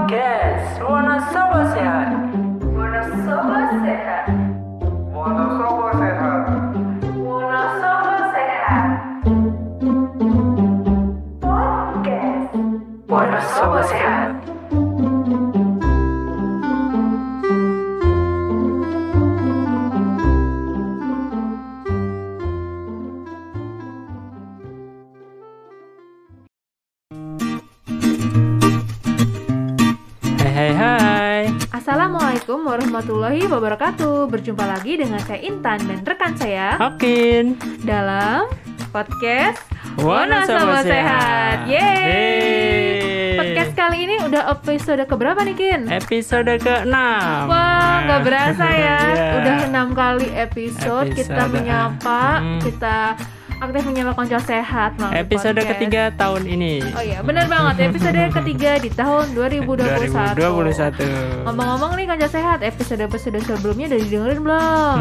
Podcast Wonosobo Sehat. Wonosobo Sehat. Wonosobo Sehat. Wonosobo Sehat. Podcast Wonosobo Sehat. Hai. Assalamualaikum warahmatullahi wabarakatuh. Berjumpa lagi dengan saya Intan dan rekan saya Okin. dalam podcast Wonosobo Sehat. Yeay. Podcast kali ini udah episode keberapa nih, Kin? Episode ke-6. Wah, nggak berasa ya. Iya. Udah 6 kali episode kita Episode, menyapa, kita aktif menyapa konco sehat melalui Episode podcast. ketiga tahun ini. Oh iya, benar banget. Episode ketiga di tahun 2021. 2021. Ngomong-ngomong nih konco sehat, episode-episode sebelumnya udah didengerin belum?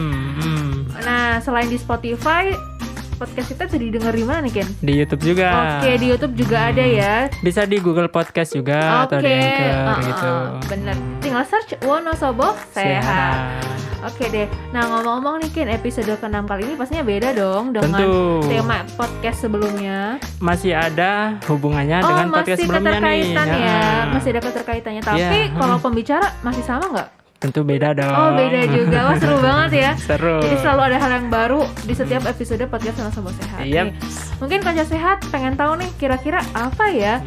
Nah, selain di Spotify, podcast kita bisa didengar di mana nih, Ken? Di YouTube juga. Oke, di YouTube juga ada ya. Bisa di Google Podcast juga atau di Anchor gitu. Bener. Tinggal search Wonosobo Sehat. Oke deh. Nah, ngomong-ngomong nih, Ken, episode ke-6 kali ini pastinya beda dong dengan Tentu. tema podcast sebelumnya. Masih ada hubungannya dengan podcast masih sebelumnya nih. keterkaitan ya. Ya. Masih ada keterkaitannya. Tapi Ya. kalau pembicara masih sama nggak? Tentu beda dong. Oh, beda juga. Wah, seru banget ya. Seru. Jadi selalu ada hal yang baru di setiap episode podcast Wonosobo Sehat. Yap. Nih, mungkin konco sehat pengen tahu nih kira-kira apa ya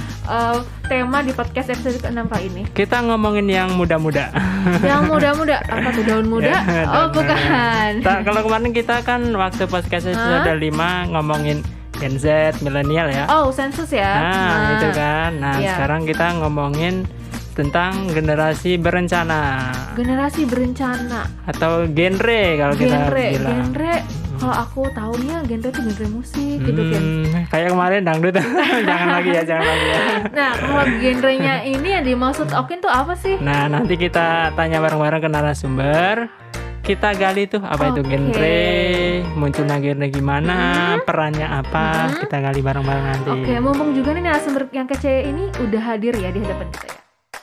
tema di podcast episode ke-6 kali ini. Kita ngomongin yang muda-muda. Yang muda-muda, apa tuh, daun muda? Ya, Oh, daun bukan. Kalau kemarin kita kan waktu podcast episode 5 ngomongin Gen Z, milenial ya. Oh, sensus ya. Nah, itu kan. Nah, Iya. sekarang kita ngomongin tentang generasi berencana Generasi berencana. atau genre kalau kita bilang. Genre. Kalau aku tahunya genre itu genre musik gitu kan. Kayak kemarin dangdut. jangan lagi ya. Nah, kalau genrenya ini yang dimaksud Okin tuh apa sih? Nah, nanti kita tanya bareng-bareng ke narasumber. Kita gali tuh apa itu Oke. genre, munculnya genre gimana, perannya apa, kita gali bareng-bareng nanti. Oke, mumpung juga nih narasumber yang kece ini udah hadir ya di hadapan kita ya.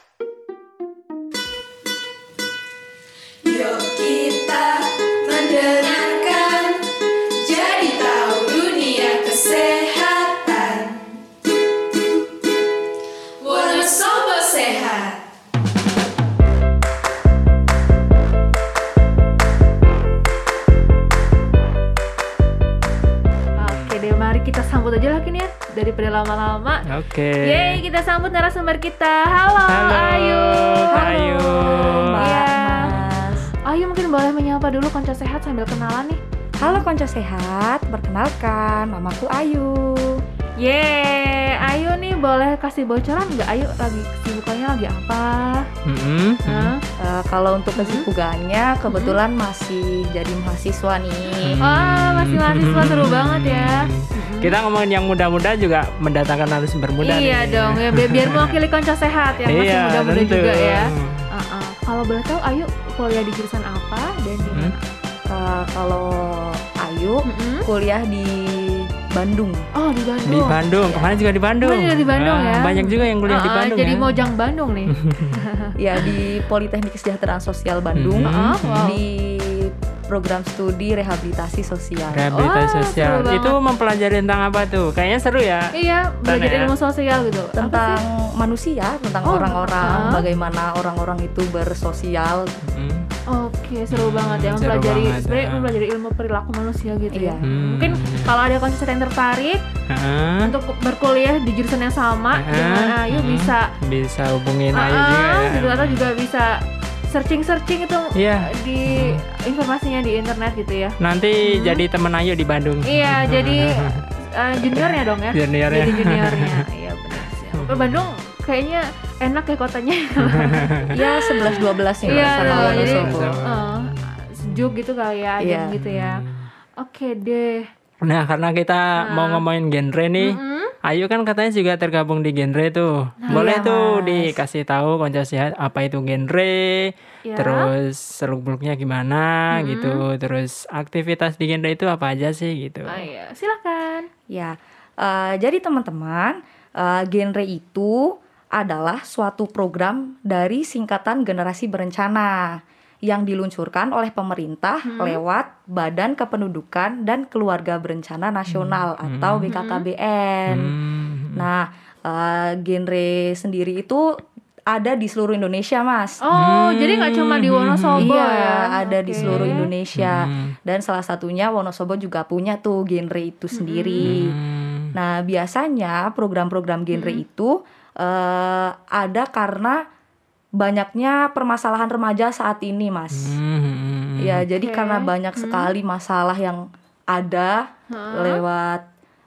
Yuk kita mendengarkan, jadi tahu dunia kesehatan. Wonosobo Sehat. Oke deh, mari kita sambut aja lagi nih ya daripada lama-lama. Oke. Yeay, kita sambut narasumber kita. Halo, Halo, Ayu. Kak Ayu. Iya. Ayu mungkin boleh menyapa dulu konco sehat sambil kenalan nih. Halo konco sehat, perkenalkan namaku Ayu. Yeay, Ayu nih boleh kasih bocoran nggak? Ayu lagi kesibukannya lagi apa? Hah? Kalau untuk kesibukannya kebetulan masih jadi mahasiswa nih. Wah, masih mahasiswa, seru banget ya. Kita ngomongin yang muda-muda juga mendatangkan narasumber muda Iya nih. dong, ya biar mewakili konco sehat yang masih Iya, muda-muda tentu. juga ya. Kalau boleh tahu Ayu kuliah di jurusan apa dan di mana? Kalau Ayu Mm-mm. kuliah di Bandung. Oh, di Bandung. Di Bandung, kemarin juga di Bandung. Kemarin juga di Bandung ya. Banyak juga yang kuliah di Bandung jadi ya. Mojang Bandung nih. Ya di Politeknik Kesejahteraan Sosial Bandung Wow. di program studi rehabilitasi sosial. Rehabilitasi Wah, sosial. seru banget. Itu mempelajari tentang apa tuh? Kayaknya seru ya. Iya, belajar ya. ilmu sosial gitu. Apa Tentang sih? manusia, tentang Oh, orang-orang, bagaimana orang-orang itu bersosial. Oke, seru banget ya seru mempelajari banget, sebenarnya ya. mempelajari ilmu perilaku manusia gitu ya. Iya. Mungkin kalau ada konsen yang tertarik untuk berkuliah di jurusan yang sama dengan Ayu bisa bisa hubungin Ayu juga ya. gitu, atau juga bisa searching itu Iya. di informasinya di internet gitu ya. Nanti jadi temen Ayu di Bandung. Iya, jadi juniornya dong ya. Juniornya. Jadi juniornya. Iya benar sih. Ke Bandung kayaknya enak ya kotanya. Ya 11-12 nih Iya, sama jadi Wonosobo. sejuk gitu kali ya, adem Iya. gitu ya. Oke deh. Nah, karena kita mau ngomongin genre nih, Ayu kan katanya juga tergabung di genre tuh. Boleh iya, tuh Mas. dikasih tahu konco sehat apa itu genre, Ya. terus seluk-beluknya gimana gitu, terus aktivitas di genre itu apa aja sih gitu. Oh iya, silakan. Ya, jadi teman-teman, genre itu adalah suatu program dari Singkatan Generasi Berencana yang diluncurkan oleh pemerintah lewat Badan Kependudukan dan Keluarga Berencana Nasional atau BKKBN. Nah, genre sendiri itu ada di seluruh Indonesia, Mas. Oh, jadi nggak cuma di Wonosobo Iya, ya? ada di Oke. seluruh Indonesia. Dan salah satunya Wonosobo juga punya tuh genre itu sendiri. Nah, biasanya program-program genre itu ada karena banyaknya permasalahan remaja saat ini, Mas. Ya, jadi Oke. karena banyak sekali masalah yang ada lewat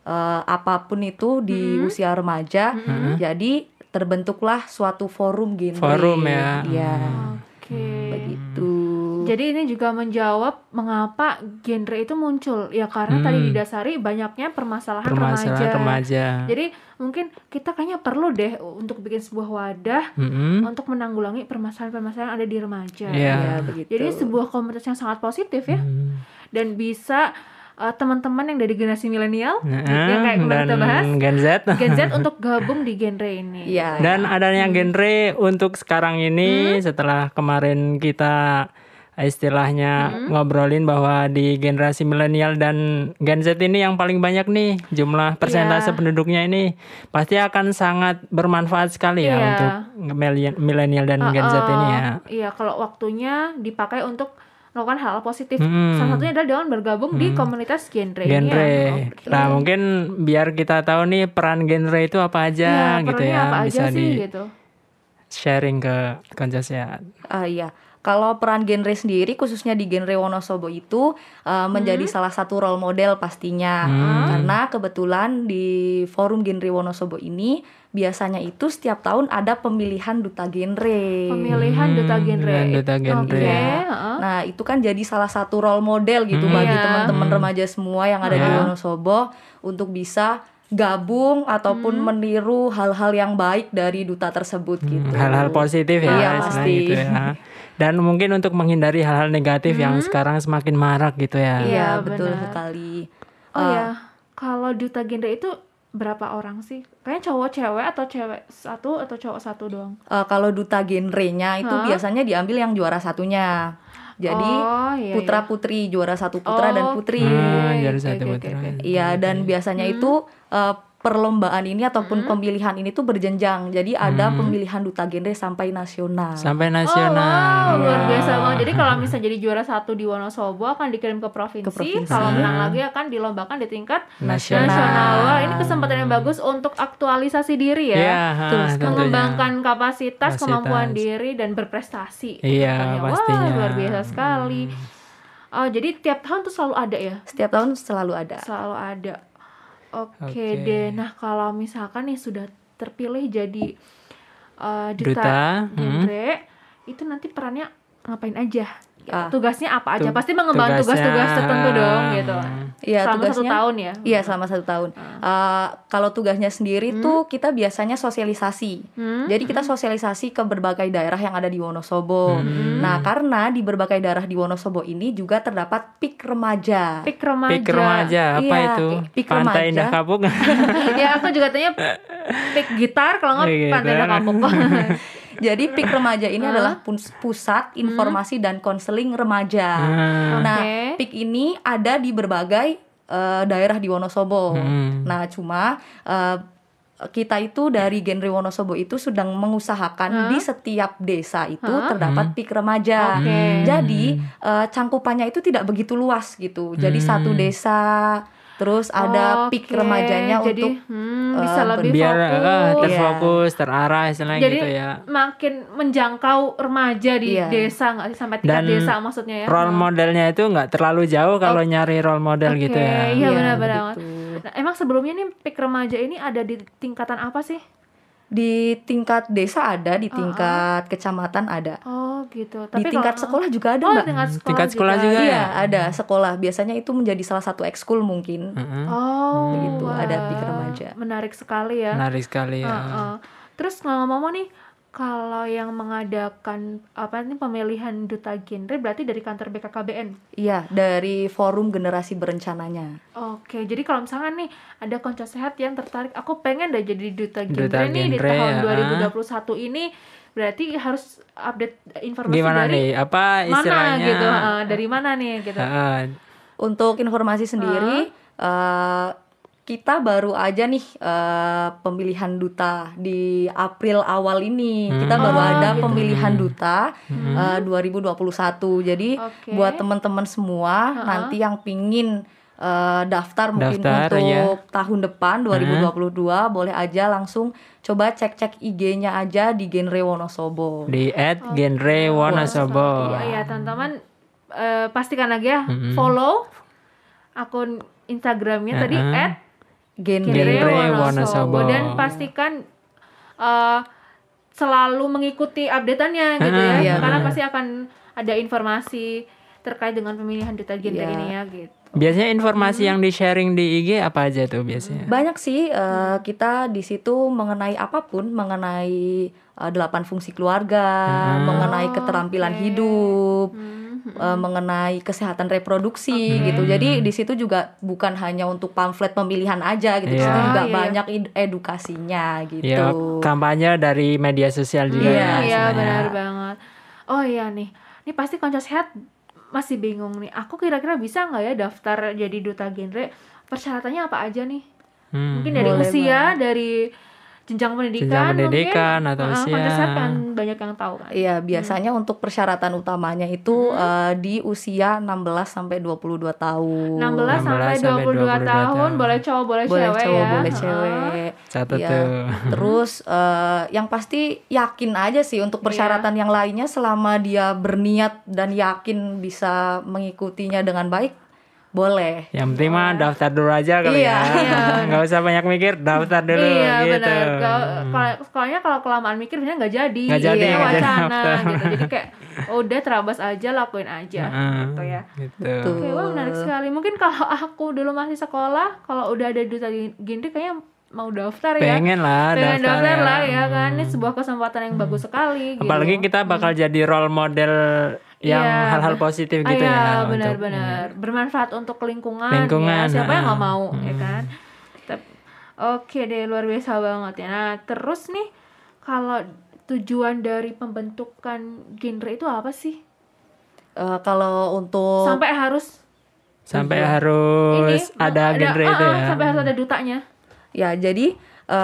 apapun itu di usia remaja, jadi terbentuklah suatu forum genre. Forum ya. Iya, Oke. begitu. Jadi ini juga menjawab mengapa genre itu muncul. Ya karena tadi didasari banyaknya permasalahan remaja. Jadi mungkin kita kayaknya perlu deh untuk bikin sebuah wadah untuk menanggulangi permasalahan-permasalahan yang ada di remaja. Iya. Ya, begitu. Jadi sebuah komunitas yang sangat positif ya. Dan bisa teman-teman yang dari generasi milenial yang kayak kemarin kita bahas, Gen Z. Gen Z untuk gabung di genre ini. Iya. Dan adanya genre untuk sekarang ini setelah kemarin kita istilahnya ngobrolin bahwa di generasi milenial dan Gen Z ini yang paling banyak nih jumlah persentase Iya. penduduknya ini pasti akan sangat bermanfaat sekali ya Iya. untuk milenial dan Gen Z ini ya. Iya, kalau waktunya dipakai untuk melakukan hal positif. Salah satunya adalah dengan bergabung di komunitas genre ini Genre. ya. Oke. Nah, mungkin biar kita tahu nih peran genre itu apa aja Iya, gitu perannya ya. apa Bisa aja sih di gitu. sharing ke konco sehat. Iya. Kalau peran genre sendiri khususnya di genre Wonosobo itu menjadi salah satu role model pastinya. Karena kebetulan di forum genre Wonosobo ini biasanya itu setiap tahun ada pemilihan duta genre. Pemilihan duta genre. duta genre. Oke, heeh. Nah, itu kan jadi salah satu role model gitu bagi Iya. teman-teman remaja semua yang ada di Wonosobo untuk bisa gabung ataupun meniru hal-hal yang baik dari duta tersebut gitu. Hal-hal positif ya, Iya, istilahnya pasti. gitu ya. Dan mungkin untuk menghindari hal-hal negatif yang sekarang semakin marak gitu ya. Iya, Iya, betul benar. sekali. Oh ya, kalau duta genre itu berapa orang sih? Kayaknya cowok cewek atau cewek satu atau cowok satu doang? Kalau duta genrenya itu biasanya diambil yang juara satunya. Jadi Oh, iya, putra putri, juara satu putra dan putri. Jadi satu putra. Iya, dan biasanya itu perlombaan ini ataupun pemilihan ini tuh berjenjang. Jadi ada pemilihan duta genre sampai nasional. Sampai Oh, nasional. wow, luar biasa banget. Jadi kalau misalnya jadi juara satu di Wonosobo akan dikirim ke provinsi. Kalau menang lagi akan dilombakan di tingkat nasional. Wah, ini kesempatan yang bagus untuk aktualisasi diri ya. Iya, tentunya. Mengembangkan kapasitas, kemampuan Kapasitas. diri dan berprestasi. Iya, Makanya, pastinya. Wah, luar biasa sekali. Oh, jadi tiap tahun tuh selalu ada ya? Setiap tahun selalu ada. Selalu ada. Oke Oke. deh. Nah, kalau misalkan nih sudah terpilih jadi duta Duta, genre, itu nanti perannya ngapain aja? Ah. Tugasnya apa aja? Tug- Pasti mengemban tugasnya, tugas-tugas tertentu dong gitu. Iya, Selama satu tugasnya- tahun ya. Iya, selama 1 tahun. Kalau tugasnya sendiri tuh kita biasanya sosialisasi. Jadi kita sosialisasi ke berbagai daerah yang ada di Wonosobo. Nah, karena di berbagai daerah di Wonosobo ini juga terdapat PIK remaja. Pik remaja. Pik remaja apa Iya, itu? pik Pantai remaja. Indah Kapuk. Ya, aku juga tanya pik gitar kalau nggak Pik Pantai gitar. Kapuk. Jadi PIK remaja ini adalah pusat informasi dan konseling remaja. Nah, Oke. PIK ini ada di berbagai daerah di Wonosobo. Nah, cuma kita itu dari genre Wonosobo itu sedang mengusahakan di setiap desa itu terdapat PIK remaja. Oke. Jadi cangkupannya itu tidak begitu luas gitu. Jadi satu desa terus ada PIK Oke, remajanya jadi, untuk bisa lebih Biar fokus. terfokus, terarah istilahnya Jadi gitu ya. makin menjangkau remaja di Iya. desa nggak sih sampai tingkat Dan desa maksudnya ya. Role modelnya itu nggak terlalu jauh kalau nyari role model gitu Oke, ya. iya Iya, benar-benar. begitu. Nah, emang sebelumnya nih PIK remaja ini ada di tingkatan apa sih? Di tingkat desa ada, di tingkat kecamatan ada. Oh gitu. Di tingkat sekolah juga ada, Oh, Mbak. tingkat sekolah, Tingkat sekolah juga Iya, ya? ada sekolah. Biasanya itu menjadi salah satu ekskul mungkin. Oh, Begitu, ada PIK wah. remaja. Menarik sekali ya. Menarik sekali ya. Heeh. Terus ngomong-ngomong nih, kalau yang mengadakan pemilihan duta genre berarti dari kantor BKKBN. Iya, dari forum generasi berencananya. Oke, jadi kalau misalnya nih ada konco sehat yang tertarik, aku pengen deh jadi duta Duta genre nih di genre, tahun ya. 2021 ini, berarti harus update informasi Gimana dari nih? Apa mana istilahnya? gitu, dari mana nih gitu. Untuk informasi sendiri, kita baru aja nih pemilihan duta di April awal ini. Kita baru ada pemilihan duta 2021. Jadi Oke. buat teman-teman semua nanti yang pingin daftar mungkin Daftar, untuk tahun depan 2022 boleh aja langsung coba cek-cek IG-nya aja di Genre Wonosobo. Di @genrewonosobo. Iya, teman-teman pastikan lagi ya follow akun Instagramnya tadi Genre Wonosobo. dan pastikan selalu mengikuti update-annya gitu ya. Iya, Karena benar. pasti akan ada informasi terkait dengan pemilihan duta genre Iya. ini ya gitu. Biasanya informasi yang di-sharing di IG apa aja tuh biasanya? Banyak sih kita di situ mengenai apapun, mengenai 8 fungsi keluarga, mengenai keterampilan hidup, mengenai kesehatan reproduksi gitu. Jadi di situ juga bukan hanya untuk pamflet pemilihan aja gitu. Di situ Iya. juga Iya. banyak edukasinya gitu. Ya, kampanye dari media sosial juga ya. Iya, sebenarnya. benar banget. Oh iya nih. Ini pasti konco sehat masih bingung nih. Aku kira-kira bisa nggak ya daftar jadi duta genre? Persyaratannya apa aja nih? Mungkin dari Boleh usia, dari jenjang pendidikan, pendidikan mungkin. atau usia. Konco sehat kan banyak yang tahu kan. Iya, biasanya untuk persyaratan utamanya itu di usia 16 sampai 22 tahun. 16 sampai 22 tahun, boleh cowok, boleh Boleh cewek cowok, ya. boleh Heeh. cewek. Catat Iya. tuh. Terus yang pasti yakin aja sih untuk persyaratan yang lainnya, selama dia berniat dan yakin bisa mengikutinya dengan baik, boleh. Yang penting mah daftar dulu aja kali Iya. ya. Nggak usah banyak mikir, daftar dulu Iya gitu. benar. Soalnya kalau kelamaan mikir biasanya nggak jadi. Nggak jadi, Iya, nggak jadi wacana daftar. gitu. Jadi kayak udah terabas aja, lakuin aja gitu ya. Gitu. Oke, wah menarik sekali. Mungkin kalau aku dulu masih sekolah, kalau udah ada duta genre kayaknya mau daftar ya. Pengen lah Pengen daftar ya. lah ya kan. Ini sebuah kesempatan yang bagus sekali gitu. Apalagi kita bakal jadi role model yang Iya, hal-hal positif gitu iya, ya. benar-benar bermanfaat untuk lingkungan, Lingkungan, ya. Siapa yang nggak nah. mau ya kan. Oke deh, luar biasa banget ya. Nah terus nih, kalau tujuan dari pembentukan genre itu apa sih? Kalau untuk Sampai harus ini ada genre itu ya. sampai harus ada dutanya. ya jadi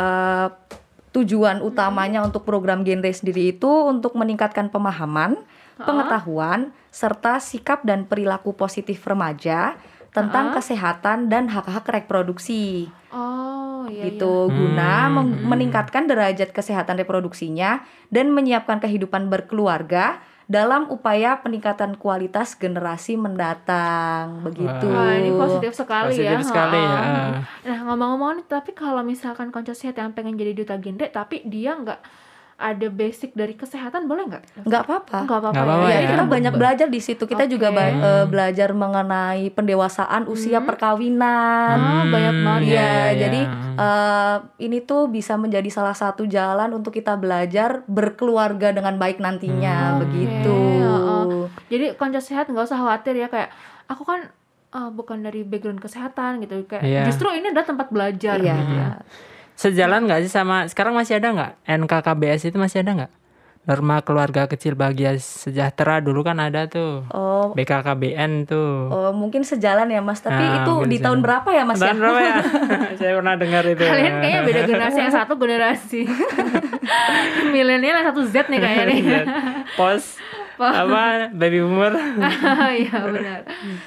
tujuan utamanya untuk program genre sendiri itu untuk meningkatkan pemahaman, pengetahuan, serta sikap dan perilaku positif remaja tentang kesehatan dan hak-hak reproduksi. Oh iya. Gitu, guna meningkatkan derajat kesehatan reproduksinya dan menyiapkan kehidupan berkeluarga dalam upaya peningkatan kualitas generasi mendatang. Begitu. Wah, ini positif sekali ya. Positif sekali ya. Nah ngomong-ngomong nih, tapi kalau misalkan konco sehat yang pengen jadi duta genre tapi dia nggak ada basic dari kesehatan, boleh nggak? Nggak apa-apa. Nggak apa-apa Nggak apa-apa ya. Jadi ya. kita banyak belajar di situ. Kita juga Oke. belajar mengenai pendewasaan usia perkawinan. Oh, banyak banget Iya, Iya, iya. jadi ini tuh bisa menjadi salah satu jalan untuk kita belajar berkeluarga dengan baik nantinya, begitu. Jadi konco sehat nggak usah khawatir ya, kayak aku kan bukan dari background kesehatan gitu, kayak Iya. justru ini adalah tempat belajar Iya. gitu ya. Sejalan nggak sih sama sekarang masih ada nggak NKKBS itu masih ada nggak? Norma Keluarga Kecil Bahagia Sejahtera dulu kan ada tuh. Oh, BKKBN tuh. mungkin sejalan ya Mas, tapi Ah, itu mungkin di tahun sejalan. berapa ya Mas? Tahun ya? berapa ya? Saya pernah dengar itu. Kalian kayaknya beda generasi, yang satu generasi milenial, yang satu Z nih kayaknya nih. Pos apa baby boomer. Iya benar.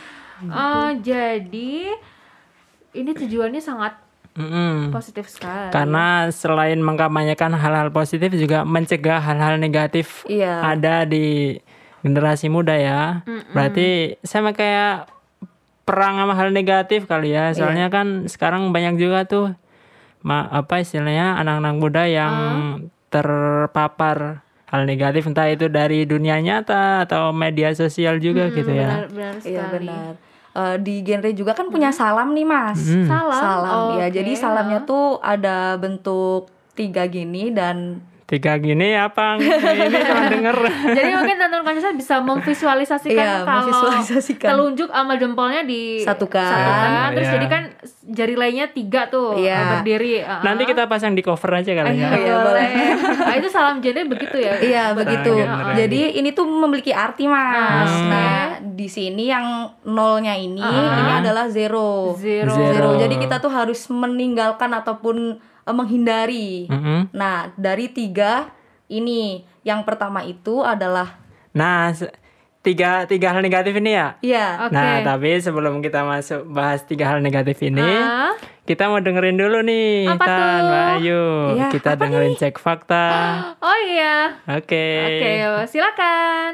Jadi ini tujuannya sangat positif sekali. Karena selain mengkampanyekan hal-hal positif juga mencegah hal-hal negatif Iya. ada di generasi muda ya. Berarti sama kayak perang sama hal negatif kali ya. Soalnya kan sekarang banyak juga tuh apa istilahnya anak-anak muda yang terpapar hal negatif, entah itu dari dunia nyata atau media sosial juga gitu ya. Benar sekali. Iya benar. Di genre juga kan punya salam nih Mas. Salam. Salam ya. Oke. Jadi salamnya tuh ada bentuk 3 gini dan 3 gini apa? Ini cuma denger. Jadi mungkin teman-teman Kancasa bisa memvisualisasikan Iya, kalau memvisualisasikan. telunjuk sama jempolnya Satukan. terus Iya. jadi kan jari lainnya 3 tuh Iya. berdiri. Nanti kita pasang di cover aja kali ya. Iya, boleh. Nah, itu salam genre begitu ya. Iya begitu. genre. Jadi ini tuh memiliki arti mas. Oke. Nah di sini yang nolnya ini adalah zero. Zero. Jadi kita tuh harus meninggalkan ataupun menghindari. Mm-mm. Nah dari 3 ini yang pertama itu adalah Nah, tiga hal negatif ini ya. iya. Oke. Nah, tapi sebelum kita masuk bahas 3 hal negatif ini, Ah. kita mau dengerin dulu nih, Apa tuh? Mbak Ayu. Iya, Kita apa dengerin cek fakta. Oh iya. Oke. Oke, silakan.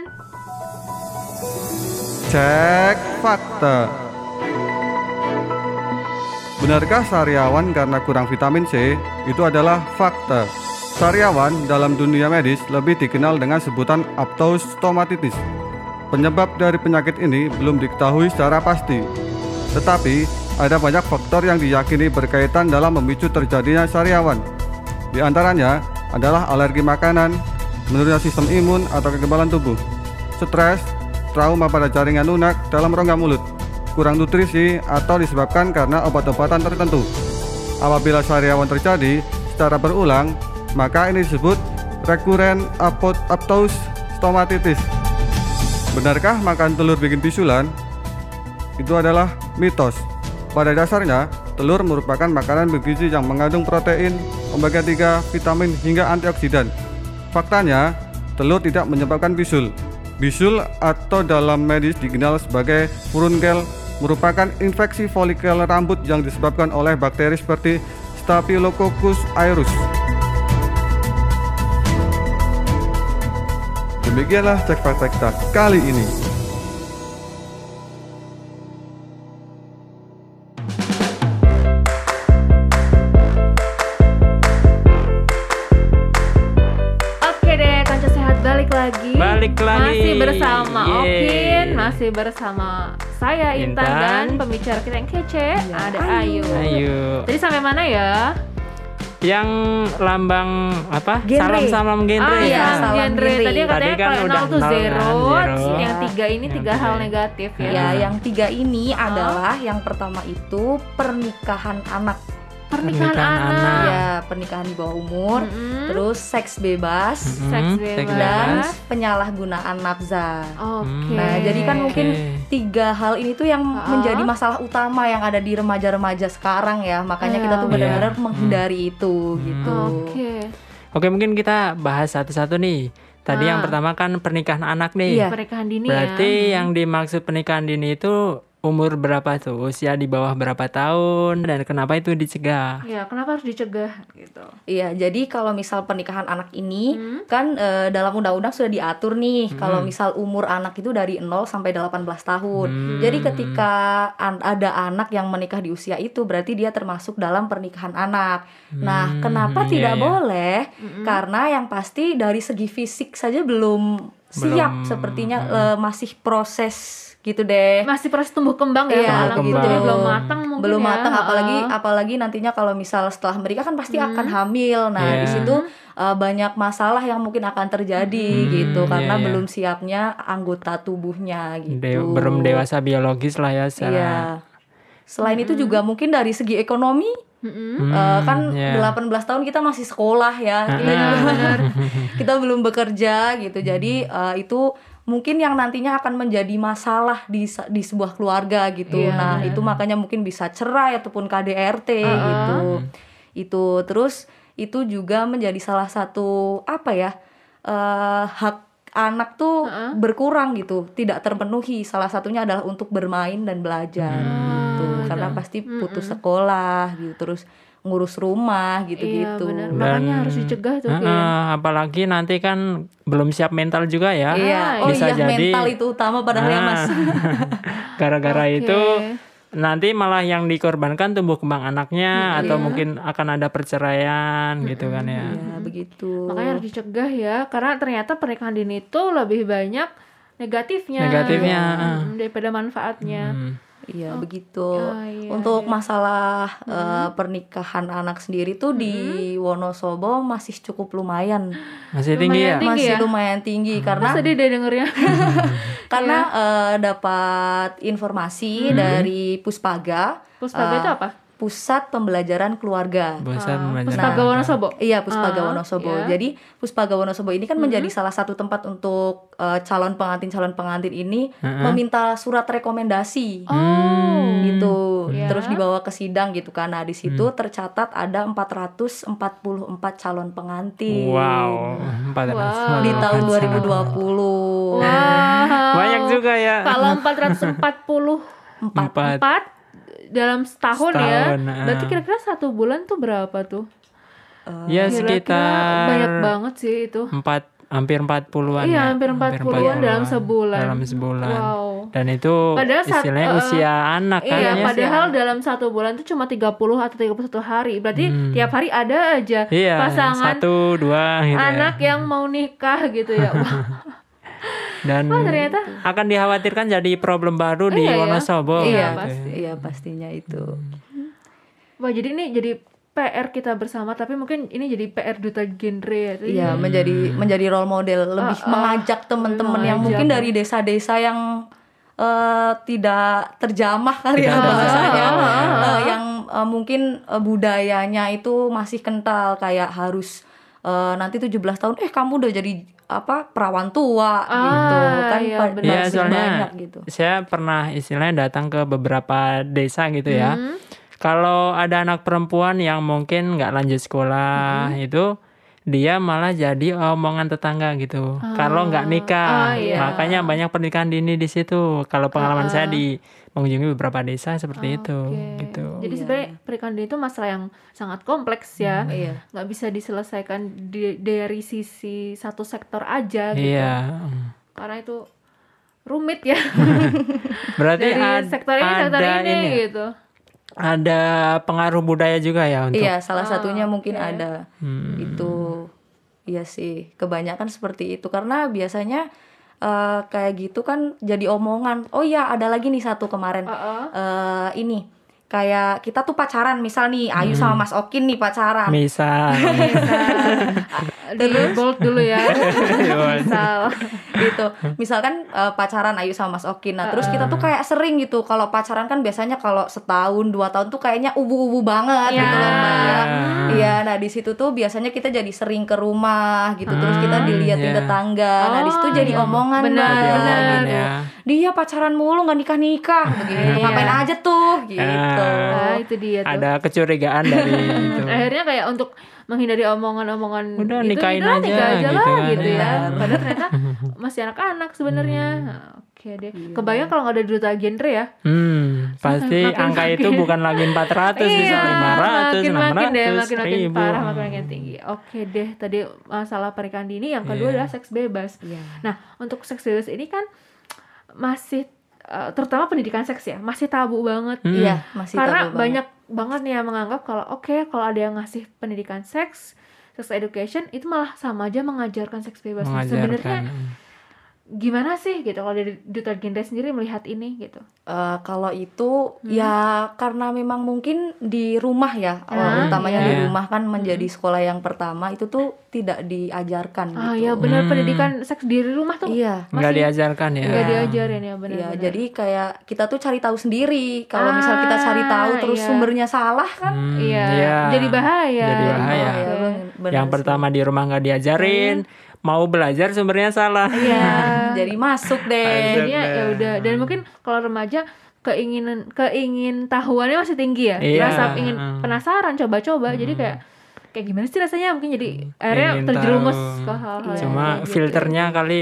Cek fakta. Benarkah sariawan karena kurang vitamin C? Itu adalah fakta. Sariawan dalam dunia medis lebih dikenal dengan sebutan Aphthous stomatitis. Penyebab dari penyakit ini belum diketahui secara pasti. Tetapi, ada banyak faktor yang diyakini berkaitan dalam memicu terjadinya sariawan. Di antaranya adalah alergi makanan, menurunnya sistem imun atau kekebalan tubuh, stres, trauma pada jaringan lunak dalam rongga mulut, kurang nutrisi atau disebabkan karena obat-obatan tertentu. Apabila sariawan terjadi secara berulang, maka ini disebut recurrent Aphthous stomatitis. Benarkah makan telur bikin bisulan? Itu adalah mitos. Pada dasarnya, telur merupakan makanan bergizi yang mengandung protein, omega 3, vitamin hingga antioksidan. Faktanya, telur tidak menyebabkan bisul. Bisul atau dalam medis dikenal sebagai furunkel merupakan infeksi folikel rambut yang disebabkan oleh bakteri seperti Staphylococcus aureus. Demikianlah cek fakta kita kali ini. Oke deh, Kanca Sehat balik lagi. Balik lagi. Masih bersama Yeay. Okin, masih bersama saya Intan, Intan. dan pembicara kita yang kece ada Ayu. Ayo. Jadi sampai mana ya? Yang lambang apa? Genre. Salam genre. Ah, Iya, iya, salam genre. genre. Tadi katanya Tadi kan kalau udah 0 tuh nol zero, kan, zero. yang 3 ini Yang 3 hal tiga. negatif ya. Ya, yang 3 ini adalah yang pertama itu pernikahan anak. Pernikahan Pernikahan anak. anak. Ya, pernikahan di bawah umur, Mm-mm. terus seks bebas Seks Seks bebas. dan penyalahgunaan nafsa. Oke. Nah, jadi kan mungkin Oke. 3 hal ini tuh yang Ah. menjadi masalah utama yang ada di remaja-remaja sekarang ya. Makanya kita tuh Iya. benar-benar Iya. menghindari itu gitu. Oke. Oke, mungkin kita bahas satu-satu nih. Tadi yang Ah. pertama kan pernikahan anak nih. Iya. Pernikahan dini Berarti ya. yang dimaksud pernikahan dini itu umur berapa tuh? Usia di bawah berapa tahun dan kenapa itu dicegah? Ya, kenapa harus dicegah gitu? Iya, jadi kalau misal pernikahan anak ini kan dalam undang-undang sudah diatur nih kalau misal umur anak itu dari 0 sampai 18 tahun. Jadi ketika ada anak yang menikah di usia itu berarti dia termasuk dalam pernikahan anak. Nah, kenapa iya, tidak iya. boleh? Karena yang pasti dari segi fisik saja belum siap sepertinya masih proses gitu deh. Masih proses tumbuh kembang ya Iya, kalau anak tumbuh gitu ya, kembang. belum matang mungkin Belum ya. matang apalagi nantinya kalau misal setelah menikah kan pasti akan hamil. Nah, Iya. di situ banyak masalah yang mungkin akan terjadi gitu karena iya, iya. belum siapnya anggota tubuhnya gitu. Belum dewasa biologis lah ya Iya. secara. Selain itu juga mungkin dari segi ekonomi kan iya. 18 tahun kita masih sekolah ya. Kita juga kita belum bekerja gitu. Jadi itu mungkin yang nantinya akan menjadi masalah di sebuah keluarga gitu. Iya, Nah, itu makanya mungkin bisa cerai ataupun KDRT gitu. Itu terus itu juga menjadi salah satu apa ya? Hak anak tuh berkurang gitu, tidak terpenuhi. Salah satunya adalah untuk bermain dan belajar gitu. Karena pasti putus sekolah gitu, terus ngurus rumah Iya, gitu-gitu. benar. Makanya harus dicegah tuh Kin. Apalagi nanti kan belum siap mental juga ya. Iya, oh Bisa iya jadi mental itu utama padahal ya Mas. Gara-gara Oke. itu nanti malah yang dikorbankan tumbuh kembang anaknya atau mungkin akan ada perceraian gitu kan ya. Ya begitu. Makanya harus dicegah ya, karena ternyata pernikahan dini itu lebih banyak negatifnya. Negatifnya. Daripada manfaatnya. Iya, begitu. iya, Untuk masalah pernikahan anak sendiri tuh di Wonosobo masih cukup lumayan. Masih tinggi ya? Tinggi Masih ya? lumayan tinggi karena Sedih deh dengernya. dapat informasi dari Puspaga. Puspaga itu apa? Pusat Pembelajaran Keluarga. Puspaga Wonosobo. Iya, Puspaga Wonosobo. iya. Jadi Puspaga Wonosobo ini kan menjadi salah satu tempat untuk calon pengantin ini meminta surat rekomendasi. Gitu. Iya. Terus dibawa ke sidang gitu kan. Nah, di situ tercatat ada 444 calon pengantin. Wow. Di tahun 2020. Wah. Banyak juga ya. Kalau 444 dalam setahun ya. Berarti kira-kira 1 bulan tuh berapa tuh? Ya Kira-kira sekitar banyak banget sih itu. hampir 40-an Iya, ya. hampir 40-an dalam sebulan. Dalam sebulan. Wow. Dan itu Padahal istilahnya usia anak kan Iya, ya. padahal dalam 1 bulan tuh cuma 30 atau 31 hari. Berarti tiap hari ada aja Iya, pasangan 1, 2 gitu anak ya. yang mau nikah gitu ya. Wah. Dan ternyata akan dikhawatirkan jadi problem baru di Iya, ya. Wonosobo. Iya, gitu. pasti. Iya, pastinya itu. Wah, jadi ini jadi PR kita bersama, tapi mungkin ini jadi PR duta genre ya. Iya, menjadi role model, lebih mengajak teman-teman yang mungkin dari desa-desa yang tidak terjamah kali ya bahasanya, yang mungkin budayanya itu masih kental, kayak harus nanti 17 tahun kamu udah jadi perawan tua gitu kan. Iya, Iya, soalnya banyak gitu. saya pernah istilahnya datang ke beberapa desa gitu ya. Kalau ada anak perempuan yang mungkin nggak lanjut sekolah itu, dia malah jadi omongan tetangga gitu. Kalau nggak nikah, makanya banyak pernikahan dini di situ. Kalau pengalaman saya di mengunjungi beberapa desa seperti itu, gitu. Jadi sebenarnya pernikahan dini itu masalah yang sangat kompleks ya. Iya. Nggak bisa diselesaikan dari sisi satu sektor aja gitu. Iya. Karena itu rumit ya. Berarti dari sektor ini gitu. Ada pengaruh budaya juga ya untuk. Iya, salah satunya mungkin ada itu. Iya sih, kebanyakan seperti itu karena biasanya kayak gitu kan jadi omongan. Oh iya, ada lagi nih satu kemarin. Ini kayak kita tuh pacaran, misal nih Ayu sama Mas Okin nih pacaran. Misal. Di bold dulu ya. Misal Gitu. Misalkan pacaran Ayu sama Mas Okin. Nah, terus kita tuh kayak sering gitu. Kalau pacaran kan biasanya kalau setahun, 2 tahun tuh kayaknya ubu-ubu banget gitu loh, Mbak. Iya, nah di situ tuh biasanya kita jadi sering ke rumah gitu. Terus kita diliatin tetangga. Nah, di situ jadi omongan, benar, Mbak. benar. Gitu. Ya. Dia pacaran mulu nggak nikah-nikah begitu. Ngapain aja tuh gitu. Itu dia tuh. Ada kecurigaan dari itu. Akhirnya kayak untuk menghindari omongan-omongan Udah, itu, nikahin udah, aja, nikah aja gitu lah kan. gitu ya. Benar. Padahal ternyata masih anak-anak sebenarnya. Nah, oke deh. Kebayang kalau nggak ada duta genre ya. Pasti angka itu bukan lagi 400 bisa 500, 600, makin 1000. parah, makin tinggi. Oke deh, tadi masalah pernikahan dini, yang kedua adalah seks bebas. Nah, untuk seks bebas ini kan masih terutama pendidikan seks ya, masih tabu banget. Iya, masih Karena tabu banyak banget nih yang menganggap kalau kalau ada yang ngasih pendidikan seks, sex education itu malah sama aja mengajarkan seks bebas. Nah, sebenarnya gimana sih gitu kalau dari duta genre sendiri melihat ini gitu? Kalau itu ya karena memang mungkin di rumah ya, utamanya di rumah kan menjadi sekolah yang pertama itu tuh tidak diajarkan gitu. Ya benar, pendidikan seks di rumah tuh nggak diajarkan ya. nggak diajarin ya, benar. Iya, jadi kayak kita tuh cari tahu sendiri. Kalau misal kita cari tahu terus sumbernya salah kan, jadi bahaya. Jadi bahaya. Yang pertama di rumah nggak diajarin, mau belajar sumbernya salah. Iya. jadi masuk deh. Jadinya ya udah. Dan mungkin kalau remaja keingin tahuannya masih tinggi ya. Rasa ingin penasaran, coba-coba. Jadi kayak gimana sih rasanya, mungkin jadi akhirnya terjerumus ke hal-hal. Cuma filternya kali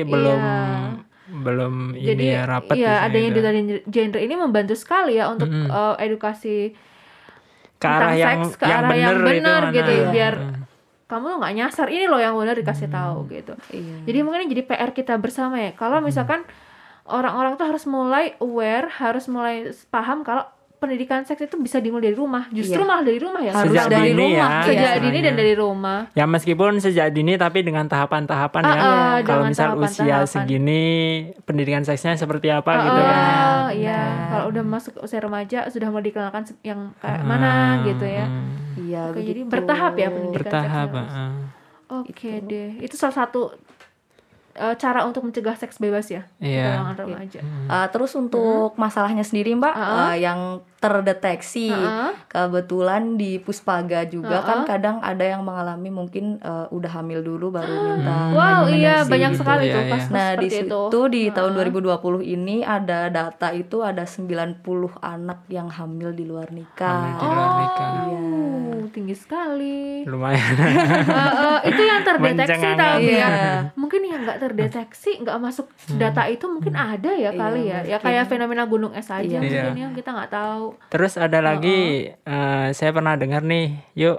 belum jadi, ini rapat. Iya, adanya duta genre ini membantu sekali ya untuk edukasi ke arah yang seks, ke arah yang benar gitu ya, biar kamu nggak nyasar, ini loh yang benar dikasih tahu gitu. Jadi mungkin ini jadi PR kita bersama ya. Kalau misalkan orang-orang tuh harus mulai aware, harus mulai paham kalau pendidikan seks itu bisa dimulai dari rumah. Justru malah dari rumah ya. Harus Sejak dari dini rumah. ya, Sejak istilahnya. dini dan dari rumah. Ya meskipun sejak dini tapi dengan tahapan-tahapan ya. Kalau dengan misal usia tahapan-tahapan. segini pendidikan seksnya seperti apa gitu kan. Iya, kalau udah masuk usia remaja sudah mulai dikenalkan yang kayak mana gitu ya. Iya, Oke, jadi begitu. bertahap ya pendidikan Bertahap. seksnya. Oke deh, itu salah satu cara untuk mencegah seks bebas ya di Iya. kalangan remaja. Terus untuk masalahnya sendiri Mbak, yang terdeteksi kebetulan di Puspaga juga kan kadang ada yang mengalami mungkin udah hamil dulu baru minta Wow, iya rekomendasi banyak gitu. sekali Iya, tuh iya. pas Nah di seperti itu. situ di tahun 2020 ini ada data itu ada 90 anak yang hamil di luar nikah. Di luar nikah. Tinggi sekali. Lumayan. Itu yang terdeteksi Mencengangkan. tapi ya. Iya. Mungkin yang nggak terdeteksi, nggak masuk data itu mungkin ada ya kali ya. Ya kayak fenomena gunung es aja Iya. mungkin yang kita nggak tahu. Terus ada lagi saya pernah dengar nih,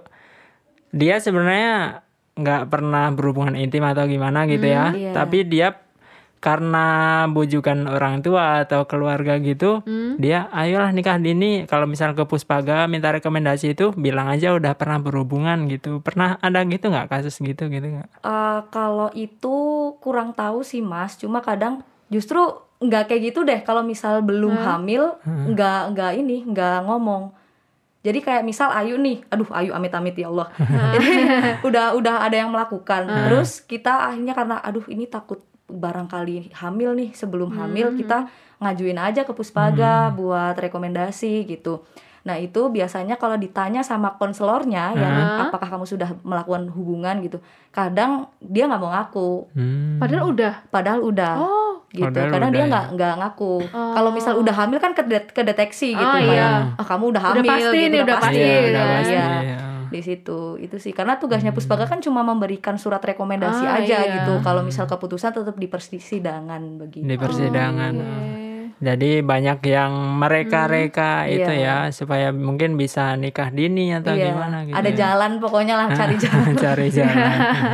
dia sebenarnya nggak pernah berhubungan intim atau gimana gitu ya, Iya. tapi dia karena bujukan orang tua atau keluarga gitu, dia ayolah nikah dini. Kalau misal ke Puspaga minta rekomendasi itu bilang aja udah pernah berhubungan gitu. Pernah ada gitu nggak kasus gitu nggak? Kalau itu kurang tahu sih Mas, cuma kadang justru nggak kayak gitu deh. Kalau misal belum hamil, nggak ngomong. Jadi kayak misal Ayu nih, Ayu amit-amit ya Allah. Jadi udah ada yang melakukan. Terus kita akhirnya karena ini takut barangkali hamil nih, sebelum hamil kita ngajuin aja ke Puspaga buat rekomendasi gitu. Nah itu biasanya kalau ditanya sama konselornya yang apakah kamu sudah melakukan hubungan gitu, kadang dia nggak mau ngaku. Padahal udah. Gitu. Padahal Kadang udah dia ya. nggak ngaku. Kalau misal udah hamil kan kedeteksi gitu iya. kayak kamu udah hamil pasti gitu, nih, udah pasti. Udah Iya. pasti. Iya. Iya. Di situ itu sih karena tugasnya Puspaga kan cuma memberikan surat rekomendasi aja iya. gitu. Kalau misal keputusan tetap di persidangan begitu. Di persidangan. Oke. Jadi banyak yang mereka-reka itu Iya. ya supaya mungkin bisa nikah dini atau Iya. gimana gitu. Ada ya. jalan pokoknya lah cari jalan. Cari jalan.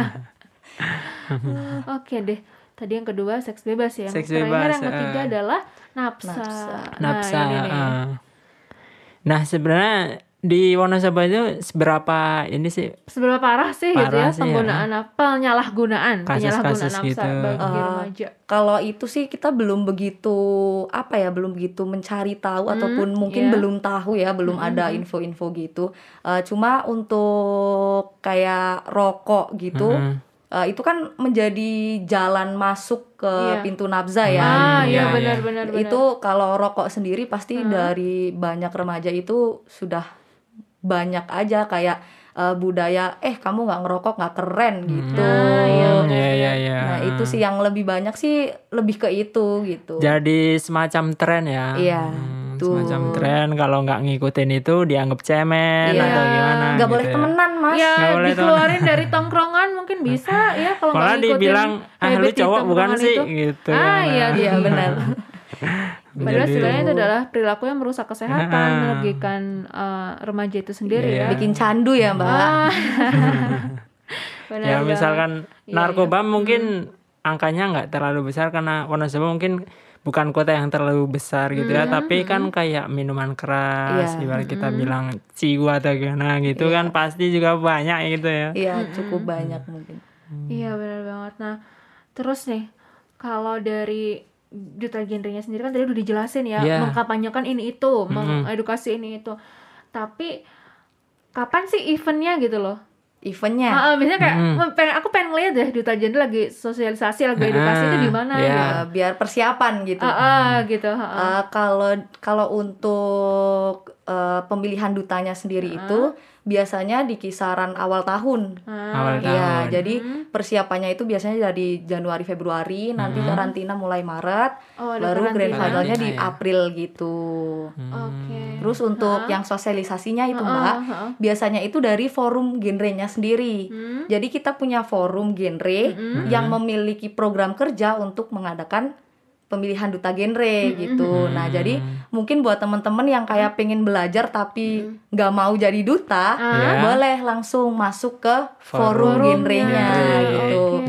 Oke deh. Tadi yang kedua seks bebas ya. Seks Terakhir bebas, yang ketiga adalah nafsa. Nafsa. Nah, ini nih. Nah, sebenarnya di Wonosobo itu seberapa ini sih Seberapa parah sih gitu Parah ya sih, penggunaan penyalahgunaan Kasus-kasus nafsa gitu. bagi remaja. Kalau itu sih kita belum begitu mencari tahu ataupun mungkin belum tahu ya, belum ada info-info gitu. Cuma untuk kayak rokok gitu, itu kan menjadi jalan masuk ke pintu nafza ya. Iya iya. benar. Itu kalau rokok sendiri pasti dari banyak remaja itu sudah banyak aja kayak budaya kamu nggak ngerokok nggak keren gitu. Iya. Nah itu sih yang lebih banyak sih lebih ke itu gitu. Jadi semacam tren ya. Iya, tuh. Semacam tren, kalau nggak ngikutin itu dianggap cemen Iya. atau gimana Nggak gitu boleh ya. temenan Mas. Ya Nggak boleh dikeluarin dari tongkrongan mungkin bisa ya kalau Malah nggak ngikutin dibilang lu habit di cowok bukan tongkrongan sih itu. gitu. Iya Iya benar. Padahal Jadi- sebenarnya itu adalah perilaku yang merusak kesehatan, merugikan remaja itu sendiri Iya. ya. Bikin candu ya Mbak. Benar Ya banget. misalkan Iya, narkoba mungkin angkanya nggak terlalu besar karena Wonosobo mungkin bukan kota yang terlalu besar gitu ya, tapi kan kayak minuman keras, Iya. ibarat kita bilang cigu atau gimana gitu kan pasti juga banyak gitu ya. Iya cukup banyak mungkin. Iya benar banget. Nah terus nih kalau dari duta genrenya sendiri kan tadi udah dijelasin ya, Iya. mengkampanyekan ini itu, mengedukasi ini itu. Tapi kapan sih eventnya gitu loh? Eventnya Biasanya kayak aku pengen ngeliat deh duta genre lagi sosialisasi, lagi edukasi itu di mana iya. gitu. biar persiapan gitu. Gitu. Kalau untuk pemilihan dutanya sendiri itu biasanya di kisaran awal tahun. Awal Iya, tahun. jadi persiapannya itu biasanya dari Januari Februari, nanti karantina mulai Maret, Oh, ada baru grand karantina. finalnya di Karantina, ya. April gitu. Oke. Terus untuk yang sosialisasinya itu Mbak, biasanya itu dari forum genrenya sendiri. Jadi kita punya forum genre yang memiliki program kerja untuk mengadakan pemilihan duta genre gitu. Nah jadi mungkin buat teman-teman yang kayak pengen belajar tapi nggak mau jadi duta, Iya. boleh langsung masuk ke forum Forum genrenya genre. gitu. Oke.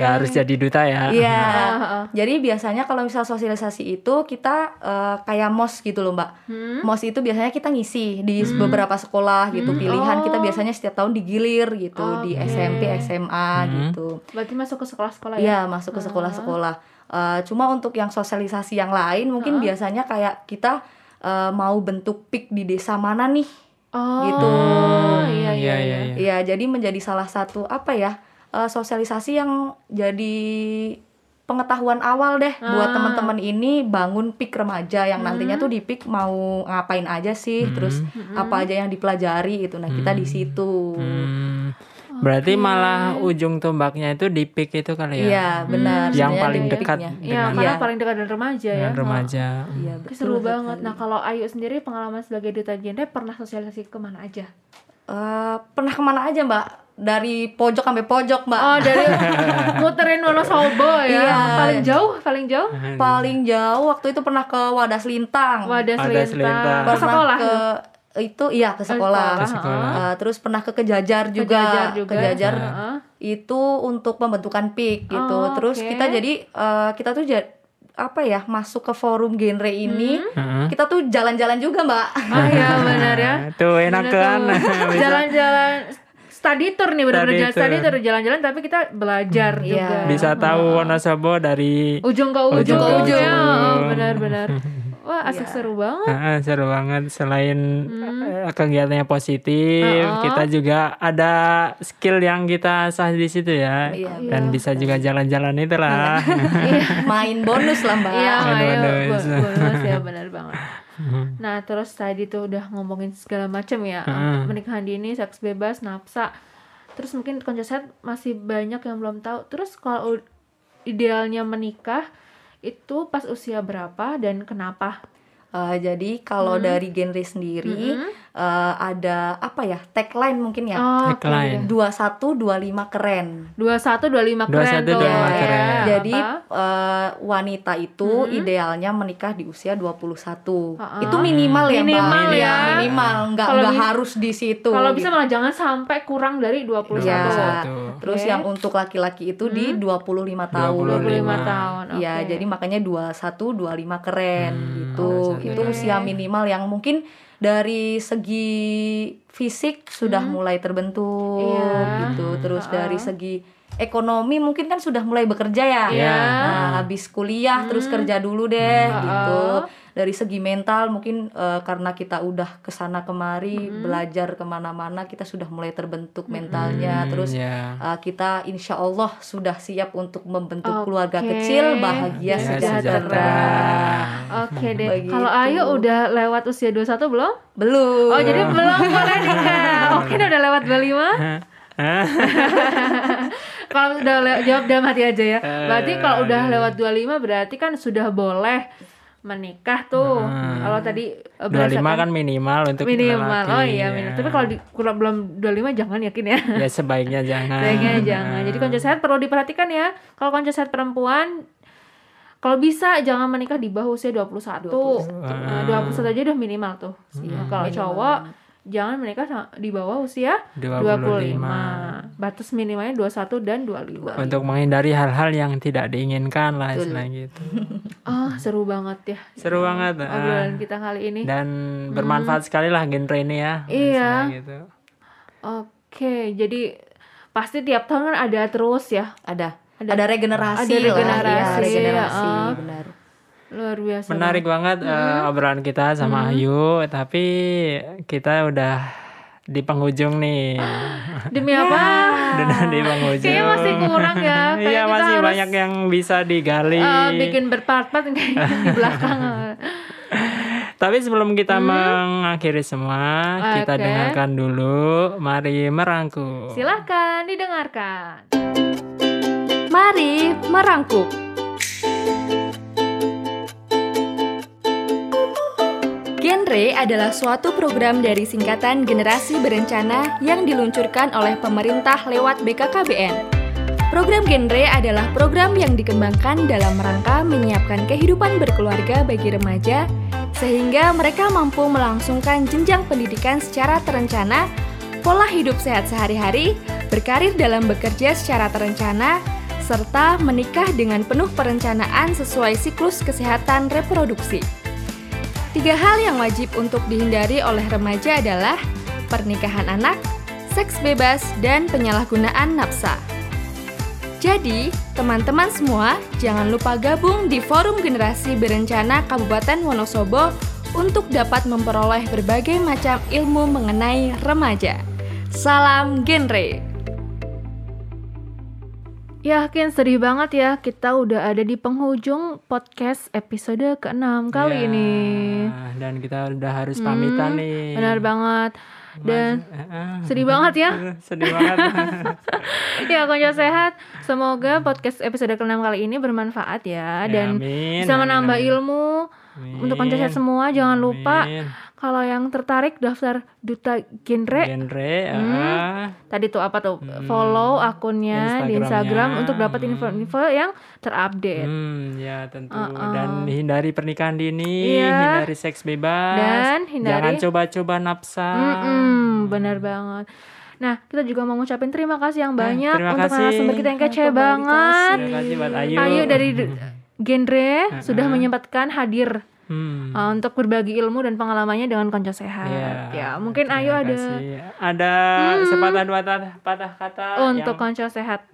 nggak harus jadi duta ya. Iya. Jadi biasanya kalau misal sosialisasi itu kita kayak MOS gitu loh Mbak. MOS itu biasanya kita ngisi di beberapa sekolah gitu. Pilihan kita biasanya setiap tahun digilir gitu di SMP, SMA gitu. Berarti masuk ke sekolah-sekolah ya? Iya, masuk ke sekolah-sekolah. Cuma untuk yang sosialisasi yang lain mungkin biasanya kayak kita mau bentuk PIK di desa mana nih. Gitu. Iya. Iya, jadi menjadi salah satu sosialisasi yang jadi pengetahuan awal deh buat teman-teman ini bangun PIK remaja yang nantinya tuh di PIK mau ngapain aja sih, terus apa aja yang dipelajari itu. Nah, kita di situ. Berarti malah ujung tombaknya itu di PIK itu kali ya? Iya, benar. Yang Sebenarnya paling di dekat PIK-nya. Iya, karena paling dekat dengan remaja ya. Dengan remaja. Iya, Oke, betul seru sekali. banget. Nah, kalau Ayu sendiri pengalaman sebagai duta genre pernah sosialisasi kemana aja? Pernah kemana aja Mbak? Dari pojok sampai pojok Mbak. Oh, dari muterin Wonosobo ya. Iya. Paling jauh. Paling jauh waktu itu pernah ke Wadas Lintang. Wadas Lintang. Lintang. Pernah Sekolah. ke sekolah. Ke sekolah. Terus pernah ke Kejajar juga. Kejajar itu untuk pembentukan PIK gitu. Oh, Terus oke. kita jadi kita tuh masuk ke forum genre ini. Kita tuh jalan-jalan juga Mbak. Oh iya, benar ya. Tuh enak kan. Bisa. Jalan-jalan study tour nih, benar-benar Study study tour, jalan-jalan tapi kita belajar juga. Bisa tahu Wonosobo dari Ujung ke ujung. Ujung ke ujung. Oh, benar-benar. Wah, asik, seru banget. Seru banget. Selain kegiatannya positif, kita juga ada skill yang kita asah di situ ya. Dan bisa juga jalan-jalan itulah. Main bonus lah Mbak. Iya, bonus. bonus ya, benar banget. Nah, terus tadi tuh udah ngomongin segala macam ya, pernikahan dini, seks bebas, nafsa. Terus mungkin konceset masih banyak yang belum tahu. Terus kalau idealnya menikah itu pas usia berapa dan kenapa? Jadi kalau dari genre sendiri ada tagline mungkin ya. Tagline. 21-25 keren. 21-25 keren 21-25 tuh. keren. Ya. Jadi wanita itu idealnya menikah di usia 21. Itu minimal ya Mbak. Minimal ya. Minimal, nggak harus di situ. Kalau bisa malah jangan sampai kurang dari 21. Ya. Oke. Terus yang untuk laki-laki itu di 25 tahun. 25 tahun. Ya, oke. jadi makanya 21-25 keren gitu. Itu usia minimal yang mungkin dari segi fisik sudah mulai terbentuk gitu. Terus dari segi ekonomi mungkin kan sudah mulai bekerja ya. Nah, habis kuliah terus kerja dulu deh gitu. Dari segi mental mungkin karena kita udah kesana kemari belajar kemana-mana, kita sudah mulai terbentuk mentalnya. Terus kita insya Allah sudah siap untuk membentuk keluarga kecil bahagia sejahtera. Oke deh. Begitu. Kalau Ayu udah lewat usia 21 belum? Belum. Oh, jadi belum boleh nikah. Oke, udah lewat 25. Kalau udah jawab dalam hati aja ya. Berarti kalau udah lewat 25 berarti kan sudah boleh menikah tuh. Kalau tadi 25 kan minimal untuk minimal. lelaki, Oh iya, minimal. Tapi kalau belum 25 jangan yakin ya. Ya sebaiknya jangan. Sebaiknya jangan. Jadi konco sehat perlu diperhatikan ya. Kalau konco sehat perempuan, kalau bisa jangan menikah di bawah usia 21. 21 aja udah minimal tuh. Kalau cowok jangan menikah di bawah usia 25. Batas minimalnya 21 dan 25. Untuk menghindari hal-hal yang tidak diinginkan lah istilahnya gitu. Oh, seru banget ya. Seru banget. Obrolan kita kali ini. Dan bermanfaat sekali lah genre ini ya. Iya. Gitu. Oke, jadi pasti tiap tahun kan ada terus ya. Ada regenerasi. Ada regenerasi, lah. Ya, regenerasi, ya. benar. Luar biasa. Menarik banget obrolan kita sama Ayu, tapi kita udah di penghujung nih. Demi apa? Udah di penghujung. Kayaknya masih kurang ya. Kayak Iya, kita masih harus, banyak yang bisa digali. bikin berpart-part di belakang. Tapi sebelum kita mengakhiri semua, kita Oke. dengarkan dulu Mari Merangkul. Silakan didengarkan. Mari merangkup. Genre adalah suatu program dari Singkatan Generasi Berencana yang diluncurkan oleh pemerintah lewat BKKBN. Program genre adalah program yang dikembangkan dalam rangka menyiapkan kehidupan berkeluarga bagi remaja, sehingga mereka mampu melangsungkan jenjang pendidikan secara terencana, pola hidup sehat sehari-hari, berkarir dalam bekerja secara terencana, serta menikah dengan penuh perencanaan sesuai siklus kesehatan reproduksi. 3 hal yang wajib untuk dihindari oleh remaja adalah pernikahan anak, seks bebas, dan penyalahgunaan nafsa. Jadi, teman-teman semua jangan lupa gabung di Forum Generasi Berencana Kabupaten Wonosobo untuk dapat memperoleh berbagai macam ilmu mengenai remaja. Salam Genre! Yakin sedih banget ya, kita udah ada di penghujung podcast episode ke-6 kali ini. Dan kita udah harus pamitan nih. Benar banget. Dan sedih banget ya. Sedih banget. Ya, konco sehat. Semoga podcast episode ke-6 kali ini bermanfaat ya. Dan bisa menambah ilmu. Untuk konco sehat semua, jangan lupa kalau yang tertarik daftar Duta Genre. Tadi tuh apa tuh? Follow akunnya di Instagram untuk dapat info-info yang terupdate. Ya tentu. Dan hindari pernikahan dini, hindari seks bebas, dan jangan coba-coba nafsa. Benar banget. Nah, kita juga mau ngucapin terima kasih yang banyak untuk narasumber kita yang kece banget. Terima kasih buat Ayu dari Genre sudah menyempatkan hadir untuk berbagi ilmu dan pengalamannya dengan konco sehat. Ya, mungkin Ayu ada sepatah dua patah kata untuk konco sehat.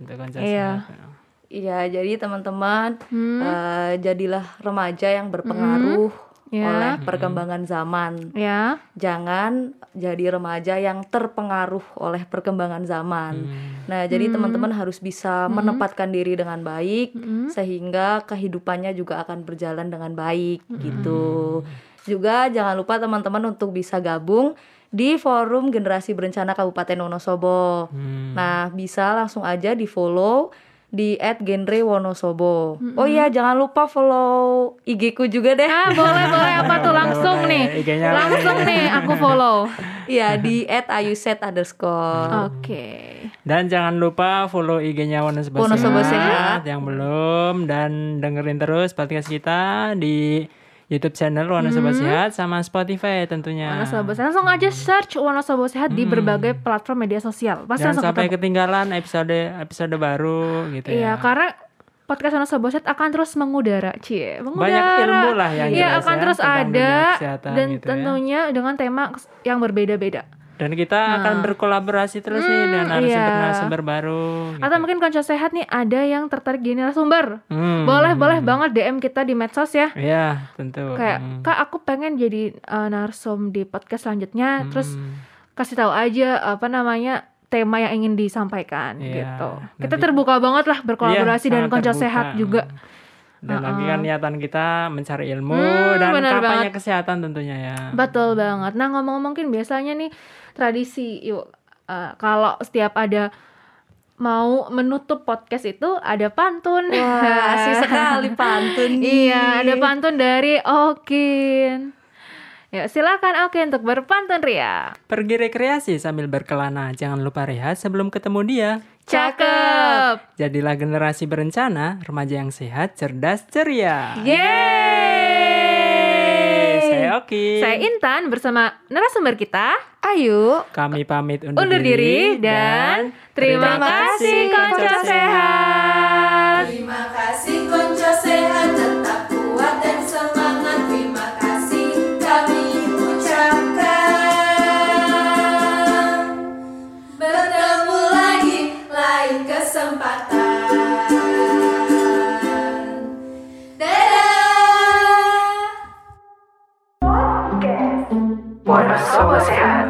Iya, jadi teman-teman jadilah remaja yang berpengaruh oleh perkembangan zaman. Jangan jadi remaja yang terpengaruh oleh perkembangan zaman. Nah, jadi teman-teman harus bisa menempatkan diri dengan baik sehingga kehidupannya juga akan berjalan dengan baik gitu. Juga jangan lupa teman-teman untuk bisa gabung di Forum Generasi Berencana Kabupaten Wonosobo. Nah, bisa langsung aja di-follow di @genre_wonosobo. Oh iya, jangan lupa follow IG ku juga deh. Boleh apa tuh langsung nih. Langsung nih aku follow. Iya, di @ayuset_. Oke. Dan jangan lupa follow IG-nya Wonosobo Sehat yang belum, dan dengerin terus podcast kita di YouTube channel Wonosobo Sehat sama Spotify tentunya. Wonosobo Sehat. Langsung aja search Wonosobo Sehat di berbagai platform media sosial. Pasti jangan sampai ketinggalan episode baru gitu ya. Iya, karena podcast Wonosobo Sehat akan terus mengudara. Banyak ilmu lah yang akan terus ada dan gitu tentunya dengan tema yang berbeda-beda. Dan kita akan berkolaborasi terus nih dengan narasumber baru. Atau mungkin konco sehat nih ada yang tertarik di narasumber. Boleh banget DM kita di medsos ya. Iya, tentu. Kayak, Kak, aku pengen jadi narsum di podcast selanjutnya. Terus kasih tahu aja tema yang ingin disampaikan gitu. Kita terbuka banget lah berkolaborasi dan konco sehat juga. Dan lagi kan niatan kita mencari ilmu dan kampanye kesehatan tentunya ya. Betul banget. Nah, ngomong-ngomongin biasanya nih tradisi kalau setiap ada mau menutup podcast itu ada pantun. Wah, asik sekali pantun. Iya, ada pantun dari Okin. Ya, silakan Okin untuk berpantun Ria. Pergi rekreasi sambil berkelana, jangan lupa rehat sebelum ketemu dia. Cakep. Jadilah generasi berencana, remaja yang sehat, cerdas, ceria. Yeay. Saya Oki. Saya Intan bersama narasumber kita Ayu. Kami pamit undur diri dan terima kasih konco sehat. Terima kasih konco sehat, tetap kuat dan semangat. Terima kasih kami ucapkan. Bertemu lagi lain kesempatan. Dadah. Wonosobo Sehat.